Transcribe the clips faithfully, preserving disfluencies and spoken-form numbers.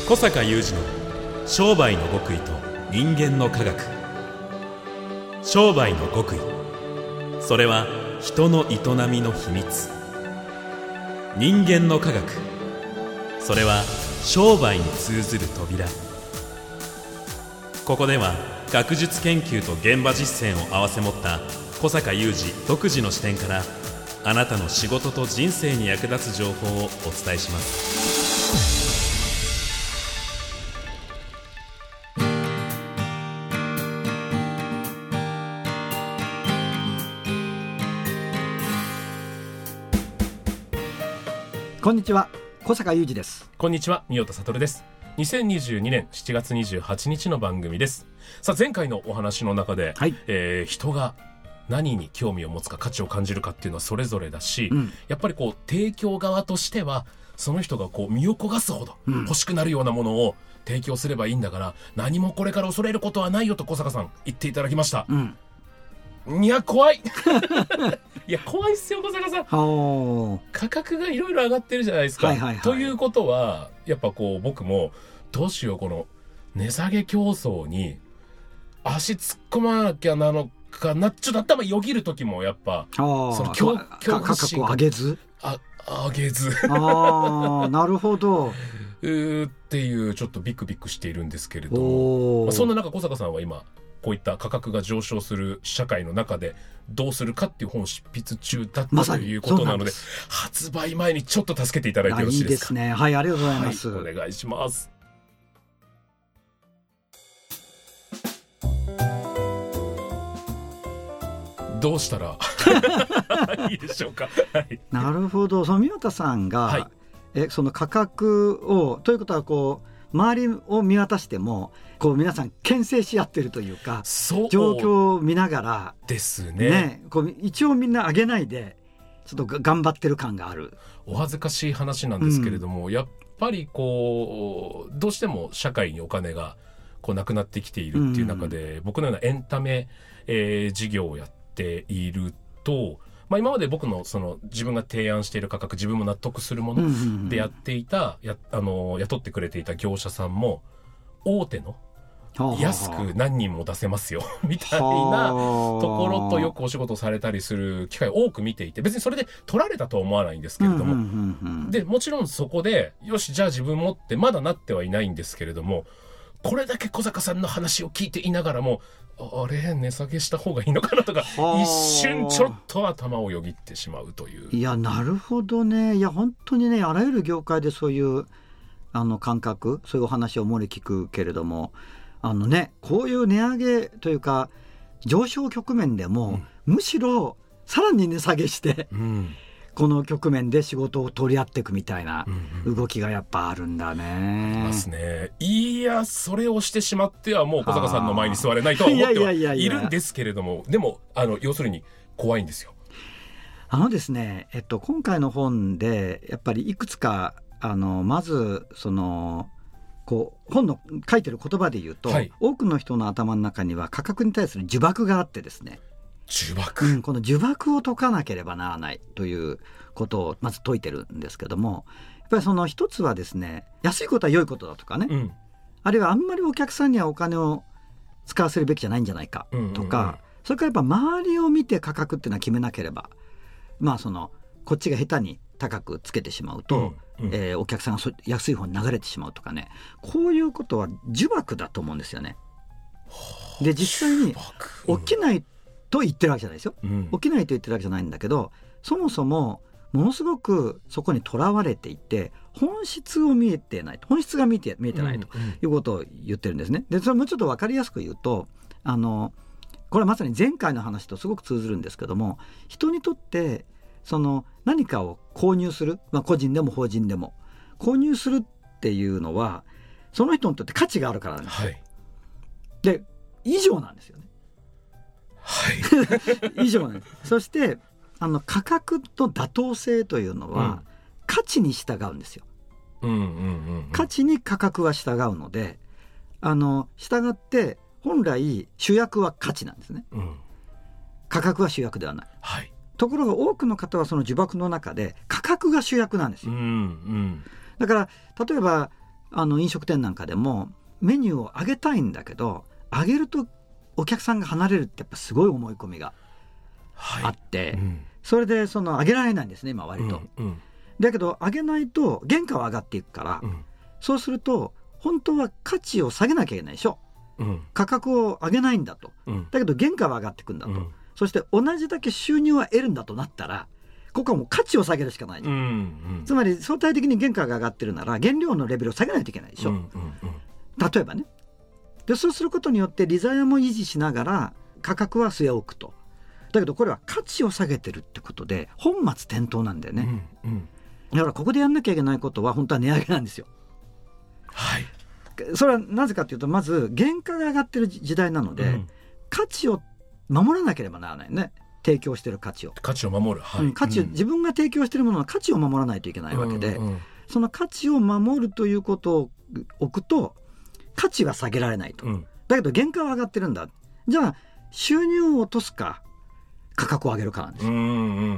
小坂雄二の商売の極意と人間の科学。商売の極意、それは人の営みの秘密。人間の科学、それは商売に通ずる扉。ここでは学術研究と現場実践を併せ持った小坂雄二独自の視点から、あなたの仕事と人生に役立つ情報をお伝えします。 こんにちは、小坂雄二です。 こんにちは、三代田悟です。にせんにじゅうにねんしちがつにじゅうはちにちの番組です。さあ、前回のお話の中で、はいえー、人が何に興味を持つか価値を感じるかっていうのはそれぞれだし、うん、やっぱりこう提供側としてはその人がこう身を焦がすほど欲しくなるようなものを提供すればいいんだから、うん、何もこれから恐れることはないよと小坂さん言っていただきました。うんいや怖いいや怖いっすよ小坂さん。価格がいろいろ上がってるじゃないですか、はいはいはい、ということはやっぱこう僕もどうしよう、この値下げ競争に足突っ込まなきゃなのかな、ちょっと頭よぎる時もやっぱその恐怖心が価格を上げずあ上げずあなるほどうっていうちょっとビクビクしているんですけれども、まあ、そんな中小坂さんは今こういった価格が上昇する社会の中でどうするかっていう本を執筆中だったということなので、発売前にちょっと助けていただいてよろしいですか。 いいですね。はい、ありがとうございます、 はい、お願いします。どうしたらいいでしょうか、はい、 なるほど。その三代田さんが、はい、えその価格をということはこう周りを見渡してもこう皆さん牽制し合ってるというか、状況を見ながらですね、 ねこう一応みんな上げないでちょっと頑張ってる感がある。 お恥ずかしい話なんですけれども、うん、やっぱりこうどうしても社会にお金がこうなくなってきているっていう中で、うん、僕のようなエンタメ、えー、事業をやっていると、まあ、今まで僕のその自分が提案している価格、自分も納得するものでやっていた、やあの雇ってくれていた業者さんも大手の安く何人も出せますよみたいなところとよくお仕事されたりする機会を多く見ていて、別にそれで取られたとは思わないんですけれども、でもちろんそこでよしじゃあ自分もってまだなってはいないんですけれども、これだけ小坂さんの話を聞いていながらもあれ値下げした方がいいのかなとか一瞬ちょっと頭をよぎってしまうという。 いやなるほどね。いや本当にね、あらゆる業界でそういうあの感覚、そういうお話を漏れ聞くけれども、あのねこういう値上げというか上昇局面でも、うん、むしろさらに値下げして、うんこの局面で仕事を取り合っていくみたいな動きがやっぱあるんだね、うんうん、ありますね。いやそれをしてしまってはもう小坂さんの前に座れないとは思ってはいるんですけれども、でもあの要するに怖いんですよ。 あのですね、えっと、今回の本でやっぱりいくつかあのまずそのこう本の書いてる言葉で言うと、はい、多くの人の頭の中には価格に対する呪縛があってですね、 呪縛、 うん、この呪縛を解かなければならないということをまず説いてるんですけども、やっぱりその一つはですね、安いことは良いことだとかね、うん、あるいはあんまりお客さんにはお金を使わせるべきじゃないんじゃないかとか、うんうんうん、それからやっぱ周りを見て価格っていうのは決めなければ、まあそのこっちが下手に高くつけてしまうと、うんうんえー、お客さんがそ安い方に流れてしまうとかね、こういうことは呪縛だと思うんですよね。で実際に起きないと言ってるわけじゃないですよ、うん、起きないと言ってるわけじゃないんだけど、そもそもものすごくそこにとらわれていて本質を見えてない、本質が見えて、見えてないということを言ってるんですね。でそれもちょっと分かりやすく言うと、あのこれはまさに前回の話とすごく通ずるんですけども、人にとってその何かを購入する、まあ、個人でも法人でも購入するっていうのはその人にとって価値があるからなんですよ、はい、で以上なんですよねはい、 以上なんです。そしてあの価格と妥当性というのは、うん、価値に従うんですよ、うんうんうんうん、価値に価格は従うので、あの従って本来主役は価値なんですね、うん、価格は主役ではない、はい、ところが多くの方はその呪縛の中で価格が主役なんですよ、うんうん、だから例えばあの飲食店なんかでもメニューを上げたいんだけど、上げるとお客さんが離れるってやっぱすごい思い込みがあって、はいうん、それでその上げられないんですね今割と、うんうん、だけど上げないと原価は上がっていくから、うん、そうすると本当は価値を下げなきゃいけないでしょ、うん、価格を上げないんだと、うん、だけど原価は上がっていくんだと、うん、そして同じだけ収入は得るんだとなったらここはもう価値を下げるしかない、うんうん、つまり相対的に原価が上がってるなら原料のレベルを下げないといけないでしょ、うんうんうん、例えばね。でそうすることによって利ざやも維持しながら価格は据え置くと。だけどこれは価値を下げてるってことで本末転倒なんだよね、うんうん、だからここでやんなきゃいけないことは本当は値上げなんですよ。 はい。 それはなぜかというとまず原価が上がってる時代なので、うん、価値を守らなければならないね。提供している価値を価値を守る、はいうん、 価値、うん、自分が提供しているものは価値を守らないといけないわけで、うんうん、その価値を守るということを置くと価値は下げられないと、うん、だけど原価は上がってるんだ。じゃあ収入を落とすか価格を上げるかなんですよ、うんうんうんうん、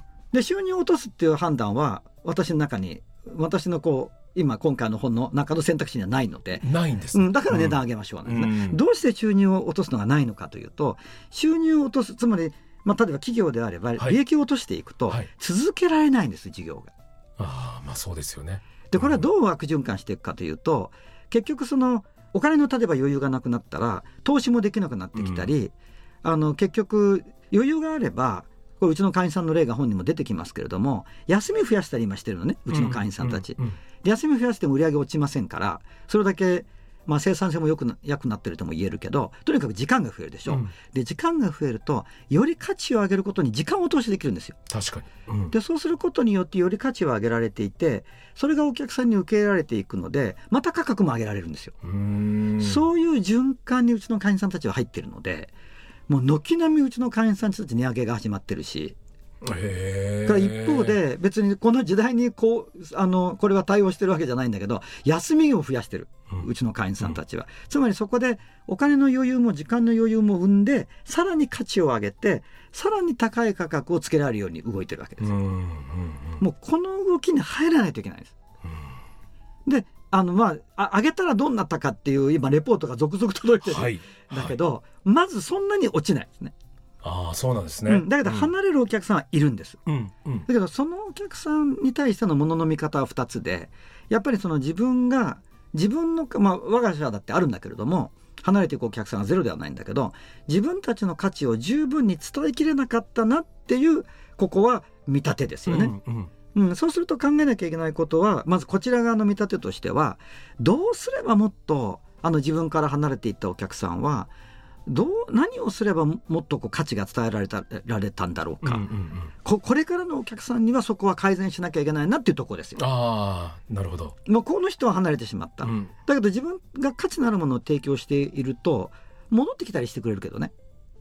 で収入を落とすっていう判断は私の中に私のこう今今回の本の中の選択肢にはないのでないんです、 うん、だから値段上げましょうなんですね、うん、どうして収入を落とすのがないのかというと収入を落とすつまり、まあ、例えば企業であれば利益を落としていくと続けられないんです、はい、事業が。 あまあそうですよね。 でこれはどう悪循環していくかというと結局そのお金の例えば余裕がなくなったら投資もできなくなってきたり、うん、あの結局余裕があればこれうちの会員さんの例が本にも出てきますけれども休み増やしたり今してるのねうちの会員さんたち、うんうんうん、休み増やしても売り上げ落ちませんからそれだけ、まあ、生産性もよくな良くなってるとも言えるけどとにかく時間が増えるでしょ、うん、で時間が増えるとより価値を上げることに時間を投資できるんですよ。 確かに、うん、 でそうすることによってより価値を上げられていてそれがお客さんに受け入れられていくのでまた価格も上げられるんですよ。うーんそういう循環にうちの会員さんたちは入ってるのでもう軒並みうちの会員さんたち値上げが始まってるしへから一方で別にこの時代にこうあのこれは対応してるわけじゃないんだけど休みを増やしてる、うん、うちの会員さんたちは、うん、つまりそこでお金の余裕も時間の余裕も生んでさらに価値を上げてさらに高い価格をつけられるように動いてるわけです、うんうんうん、もうこの動きに入らないといけないです、うん、であのまあ上げたらどうなったかっていう今レポートが続々届いてる、はい、だけど、はい、まずそんなに落ちないですね。 ああそうなんですね、 うん、だけど離れるお客さんはいるんです、うんうん、だけどそのお客さんに対してのものの見方はふたつでやっぱりその自分が自分の、まあ、我が社だってあるんだけれども離れていくお客さんはゼロではないんだけど自分たちの価値を十分に伝えきれなかったなっていうここは見立てですよね、うんうんうん、そうすると考えなきゃいけないことはまずこちら側の見立てとしてはどうすればもっとあの自分から離れていったお客さんはどう何をすればもっとこう価値が伝えられた、られたんだろうか、うんうんうん、こ, これからのお客さんにはそこは改善しなきゃいけないなっていうところですよ。 ああなるほど。 もうこの人は離れてしまった、うん、だけど自分が価値のあるものを提供していると戻ってきたりしてくれるけどね。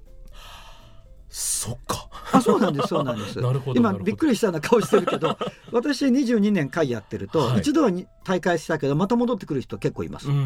そっかあそうなんですそうなんですなるほど今びっくりしたような顔してるけど私にじゅうにねん会やってると、はい、一度は大会したけどまた戻ってくる人結構います、うんうん、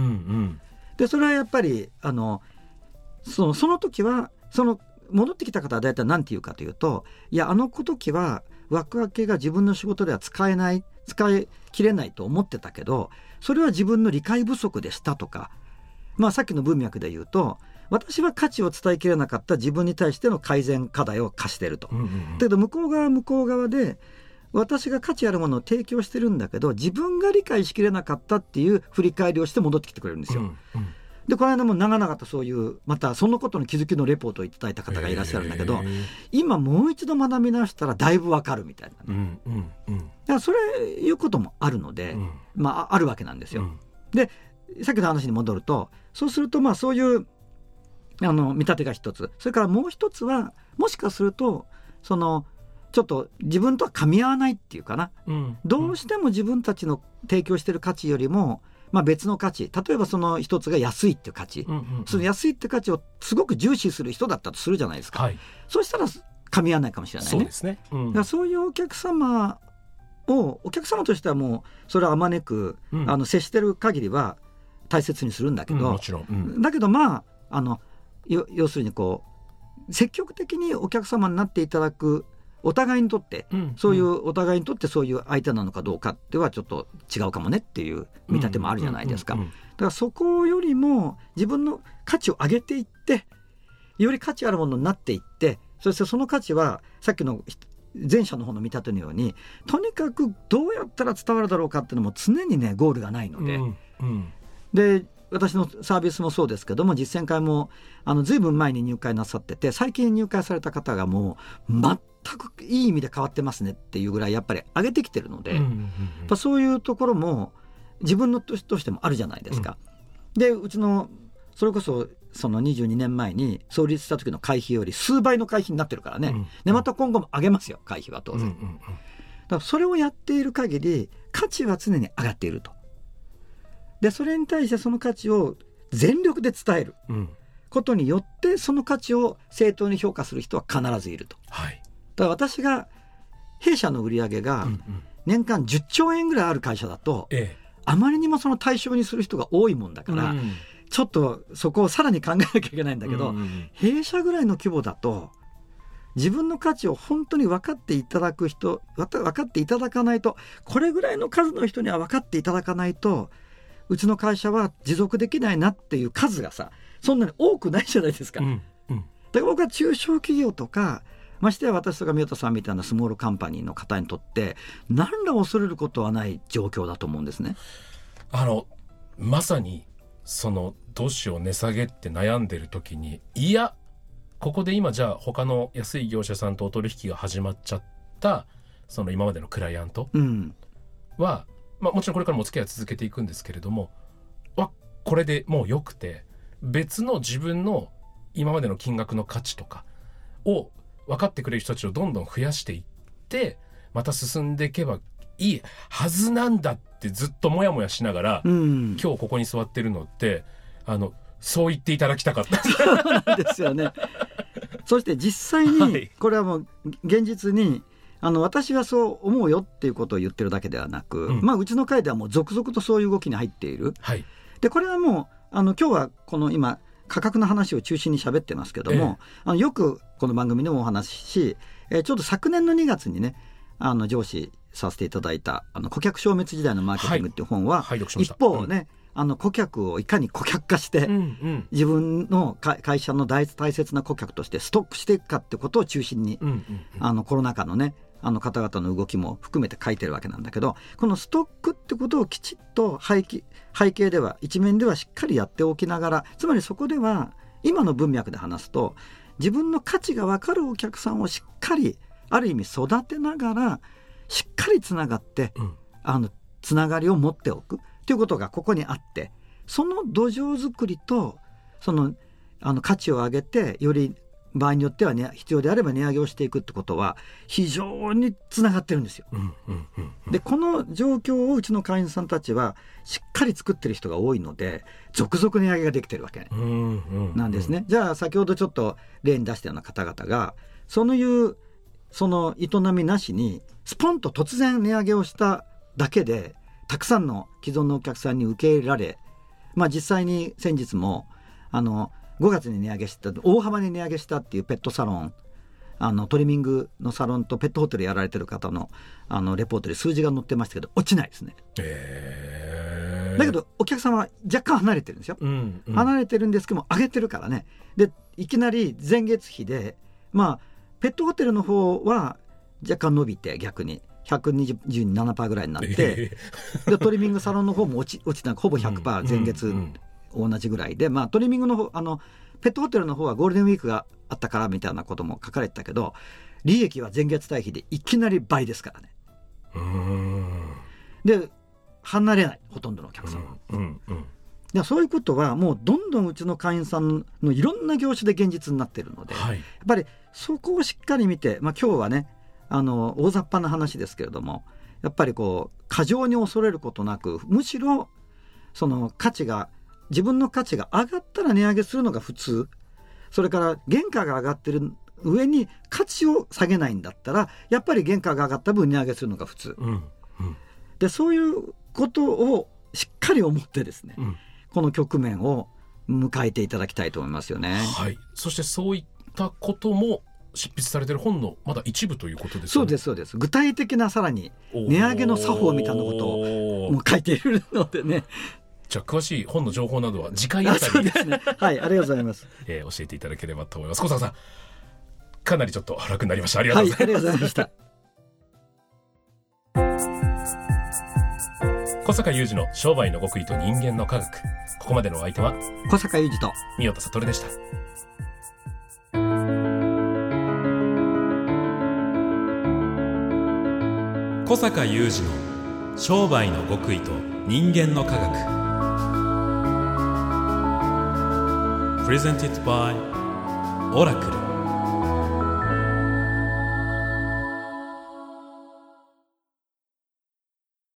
でそれはやっぱりあのその、その時はその戻ってきた方は大体何て言うかというといやあの時は枠分けが自分の仕事では使えない使い切れないと思ってたけどそれは自分の理解不足でしたとか、まあ、さっきの文脈で言うと私は価値を伝えきれなかった自分に対しての改善課題を課していると、うんうんうん、だけど向こう側は向こう側で私が価値あるものを提供してるんだけど自分が理解しきれなかったっていう振り返りをして戻ってきてくれるんですよ、うんうんでこの間も長々とそういうまたそのことの気づきのレポートをいただいた方がいらっしゃるんだけど今もう一度学び直したらだいぶわかるみたいな、ねうんうんうん、だからそれいうこともあるので、うんまあ、あるわけなんですよ、うん、でさっきの話に戻るとそうするとまあそういうあの見立てが一つそれからもう一つはもしかするとそのちょっと自分とは噛み合わないっていうかな、うん、どうしても自分たちの提供している価値よりもまあ、別の価値例えばその一つが安いっていう価値、うんうんうん、その安いって価値をすごく重視する人だったとするじゃないですか、はい、そうしたら噛み合わないかもしれないね。 そうですね、うん、 だからそういうお客様をお客様としてはもうそれをあまねく、うん、あの接してる限りは大切にするんだけど、うん、もちろん、うん、だけどまあ、あの要するにこう積極的にお客様になっていただくお互いにとって、 うん、 そういうお互いにとってそういう相手なのかどうかってはちょっと違うかもねっていう見立てもあるじゃないですか。だからそこよりも自分の価値を上げていって、より価値あるものになっていって、そしてその価値はさっきの前者の方の見立てのように、とにかくどうやったら伝わるだろうかっていうのも常にねゴールがないので、 うんうん、で私のサービスもそうですけども、実践会もあのずいぶん前に入会なさってて、最近入会された方がもう全くいい意味で変わってますねっていうぐらいやっぱり上げてきてるので、うんうんうん、やっぱそういうところも自分のとしてもあるじゃないですか、うん、でうちのそれこそそのにじゅうにねんまえに創立した時の会費より数倍の会費になってるからね、うんうん、でまた今後も上げますよ会費は当然、うんうんうん、だからそれをやっている限り価値は常に上がっていると。でそれに対してその価値を全力で伝えることによって、その価値を正当に評価する人は必ずいると、はい、だから私が弊社の売り上げが年間じゅっちょうえんぐらいある会社だと、うんうん、あまりにもその対象にする人が多いもんだから、うん、ちょっとそこをさらに考えなきゃいけないんだけど、うんうん、弊社ぐらいの規模だと自分の価値を本当に分かっていただく人、分かっていただかないと、これぐらいの数の人には分かっていただかないとうちの会社は持続できないなっていう数がさ、そんなに多くないじゃないですか、うんうん、だから僕は中小企業とか、ましてや私とか宮田さんみたいなスモールカンパニーの方にとって何ら恐れることはない状況だと思うんですね。 あのまさにそのどうしよう値下げって悩んでる時に、いやここで今じゃあ他の安い業者さんとお取引が始まっちゃったその今までのクライアントは、うんまあ、もちろんこれからもお付き合いは続けていくんですけれども、わこれでもうよくて、別の自分の今までの金額の価値とかを分かってくれる人たちをどんどん増やしていって、また進んでいけばいいはずなんだってずっともやもやしながら、うん、今日ここに座ってるのってあのそう言っていただきたかったそうなんですよねそして実際にこれはもう現実にあの私はそう思うよっていうことを言ってるだけではなく、うんまあ、うちの会ではもう続々とそういう動きに入っている、はい、でこれはもうあの今日はこの今価格の話を中心に喋ってますけども、ええ、あのよくこの番組でもお話しし、えー、ちょうど昨年のにがつにねあの上司させていただいたあの顧客消滅時代のマーケティングっていう本は、はいはい、一方ね、うん、あの顧客をいかに顧客化して、うんうん、自分の会社の大切な顧客としてストックしていくかってことを中心に、うんうんうん、あのコロナ禍のねあの方々の動きも含めて書いてるわけなんだけど、このストックってことをきちっと背景、背景では一面ではしっかりやっておきながら、つまりそこでは今の文脈で話すと自分の価値が分かるお客さんをしっかりある意味育てながらしっかりつながって、うん、あのつながりを持っておくということがここにあって、その土壌作りとその、あの価値を上げてより場合によっては、ね、必要であれば値上げをしていくってことは非常につながってるんですよ、うんうんうんうん、でこの状況をうちの会員さんたちはしっかり作ってる人が多いので続々値上げができてるわけなんですね、うんうんうん、じゃあ先ほどちょっと例に出したような方々がそういうその営みなしにスポンと突然値上げをしただけでたくさんの既存のお客さんに受け入れられ、まあ、実際に先日もあのごがつに値上げした大幅に値上げしたっていうペットサロン、あのトリミングのサロンとペットホテルやられてる方 の, あのレポートで数字が載ってましたけど落ちないですね、えー、だけどお客さんは若干離れてるんですよ、うんうん、離れてるんですけども上げてるからね。でいきなり前月比でまあペットホテルの方は若干伸びて逆にひゃくにじゅうななパーセント ぐらいになって、えー、でトリミングサロンの方も落ち落ちたほぼ ひゃくパーセント 前月、うんうんうん、同じぐらいで、まあ、トリミングの方あのペットホテルの方はゴールデンウィークがあったからみたいなことも書かれてたけど利益は前月対比でいきなり倍ですからね。うーんで離れないほとんどのお客さんは、うんうんうん、でそういうことはもうどんどんうちの会員さんのいろんな業種で現実になっているので、はい、やっぱりそこをしっかり見て、まあ、今日はねあの大雑把な話ですけれどもやっぱりこう過剰に恐れることなくむしろその価値が自分の価値が上がったら値上げするのが普通、それから原価が上がってる上に価値を下げないんだったらやっぱり原価が上がった分値上げするのが普通、うんうん、でそういうことをしっかり思ってですね、うん、この局面を迎えていただきたいと思いますよね。 はい、そしてそういったことも執筆されてる本のまだ一部ということですかね。 そうですそうです。具体的なさらに値上げの作法みたいなことをもう書いているのでね。 じゃあ詳しい本の情報などは次回あたりそうですね。はい、ありがとうございます、 えー、教えていただければと思います。小坂さん、かなりちょっと楽になりました。ありがとうございます、 はい、ありがとうございました。 小坂雄二の商売の極意と人間の科学。ここまでのお相手は小坂雄二と三代田悟でした。 小坂雄二の商売の極意と人間の科学。Presented by オラクル。